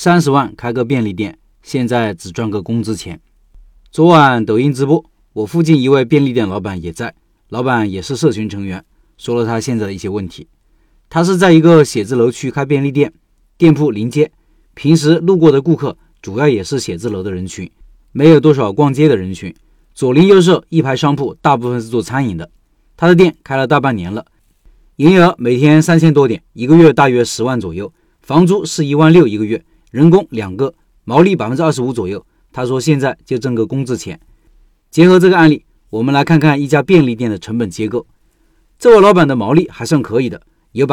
30万开个便利店，现在只赚个工资钱。昨晚抖音直播，我附近一位便利店老板也在，老板也是社群成员，说了他现在的一些问题。他是在一个写字楼区开便利店，店铺临街，平时路过的顾客主要也是写字楼的人群，没有多少逛街的人群。左邻右舍一排商铺大部分是做餐饮的。他的店开了大半年了，营业额每天3000多点，一个月大约10万左右，房租是1万6一个月，人工2个，毛利 25% 左右。他说现在就挣个工资钱。结合这个案例，我们来看看一家便利店的成本结构。这位老板的毛利还算可以的，有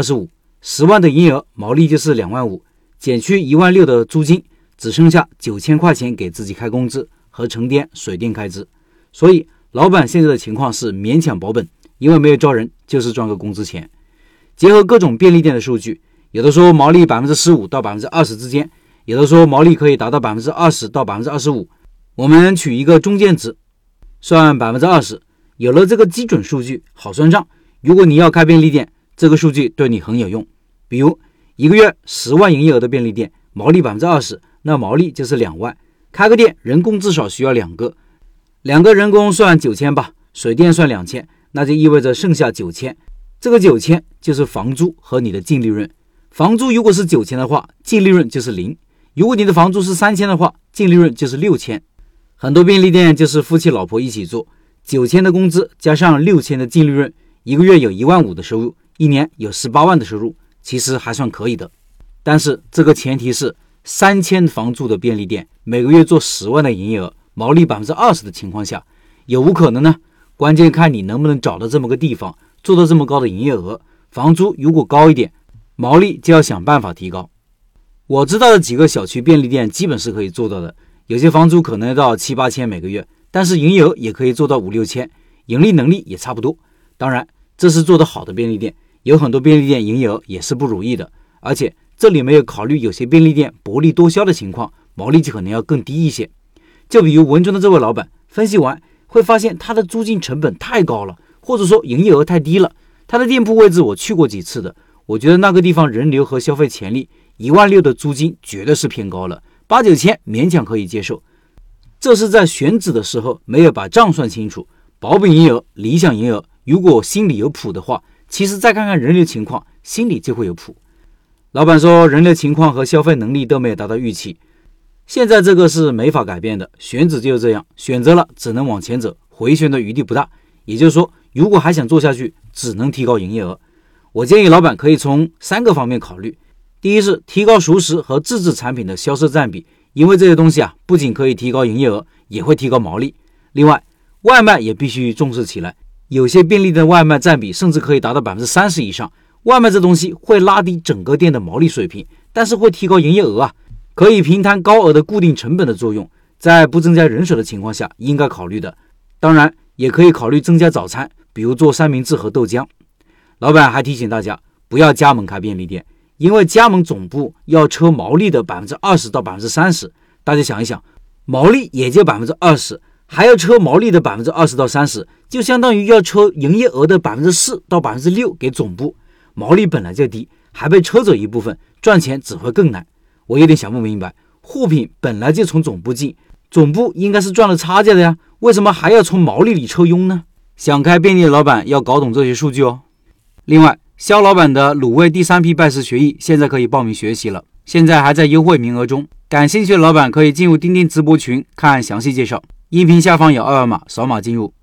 25%，10万的营业额，毛利就是2万5，减去1万6的租金，只剩下9000块钱给自己开工资和城电水电开支。所以老板现在的情况是勉强保本，因为没有招人，就是赚个工资钱。结合各种便利店的数据，有的说毛利 15% 到 20% 之间，有的说毛利可以达到 20% 到 25%。 我们取一个中间值，算 20%。 有了这个基准数据，好算账。如果你要开便利店，这个数据对你很有用。比如一个月10万营业额的便利店，毛利 20%， 那毛利就是2万。开个店人工至少需要2个人工算9000吧，水电算2000，那就意味着剩下9000。这个9000就是房租和你的净利润。房租如果是9000的话，净利润就是0。如果你的房租是3000的话，净利润就是6000。很多便利店就是夫妻老婆一起做，9000的工资加上6000的净利润，一个月有1万5的收入，一年有18万的收入，其实还算可以的。但是这个前提是3000房租的便利店每个月做10万的营业额，毛利 20% 的情况下，有无可能呢？关键看你能不能找到这么个地方，做到这么高的营业额。房租如果高一点，毛利就要想办法提高。我知道的几个小区便利店基本是可以做到的，有些房租可能到7、8千每个月，但是营业额也可以做到5、6千，盈利能力也差不多。当然这是做得好的便利店，有很多便利店营业额也是不如意的，而且这里没有考虑有些便利店薄利多销的情况，毛利就可能要更低一些。就比如文中的这位老板，分析完会发现他的租金成本太高了，或者说营业额太低了。他的店铺位置我去过几次的，我觉得那个地方人流和消费潜力，1万6的租金绝对是偏高了，8、9千勉强可以接受。这是在选址的时候没有把账算清楚，保本营业额、理想营业额，如果心里有谱的话，其实再看看人流情况，心里就会有谱。老板说人流情况和消费能力都没有达到预期，现在这个是没法改变的，选址就是这样，选择了只能往前走，回旋的余地不大。也就是说，如果还想做下去，只能提高营业额。我建议老板可以从3个方面考虑。第一是提高熟食和自制产品的销售占比，因为这些东西不仅可以提高营业额，也会提高毛利。另外，外卖也必须重视起来，有些便利的外卖占比甚至可以达到 30% 以上。外卖这东西会拉低整个店的毛利水平，但是会提高营业额可以平摊高额的固定成本的作用，在不增加人手的情况下应该考虑的。当然也可以考虑增加早餐，比如做三明治和豆浆。老板还提醒大家不要加盟开便利店，因为加盟总部要抽毛利的 20% 到 30%。 大家想一想，毛利也就 20%， 还要抽毛利的 20% 到 30%， 就相当于要抽营业额的 4% 到 6% 给总部。毛利本来就低，还被抽走一部分，赚钱只会更难。我有点想不明白，货品本来就从总部进，总部应该是赚了差价的呀，为什么还要从毛利里抽佣呢？想开便利的老板要搞懂这些数据哦。另外，肖老板的卤味第3批拜师学艺现在可以报名学习了，现在还在优惠名额中，感兴趣的老板可以进入钉钉直播群看详细介绍，音频下方有2维码，扫码进入。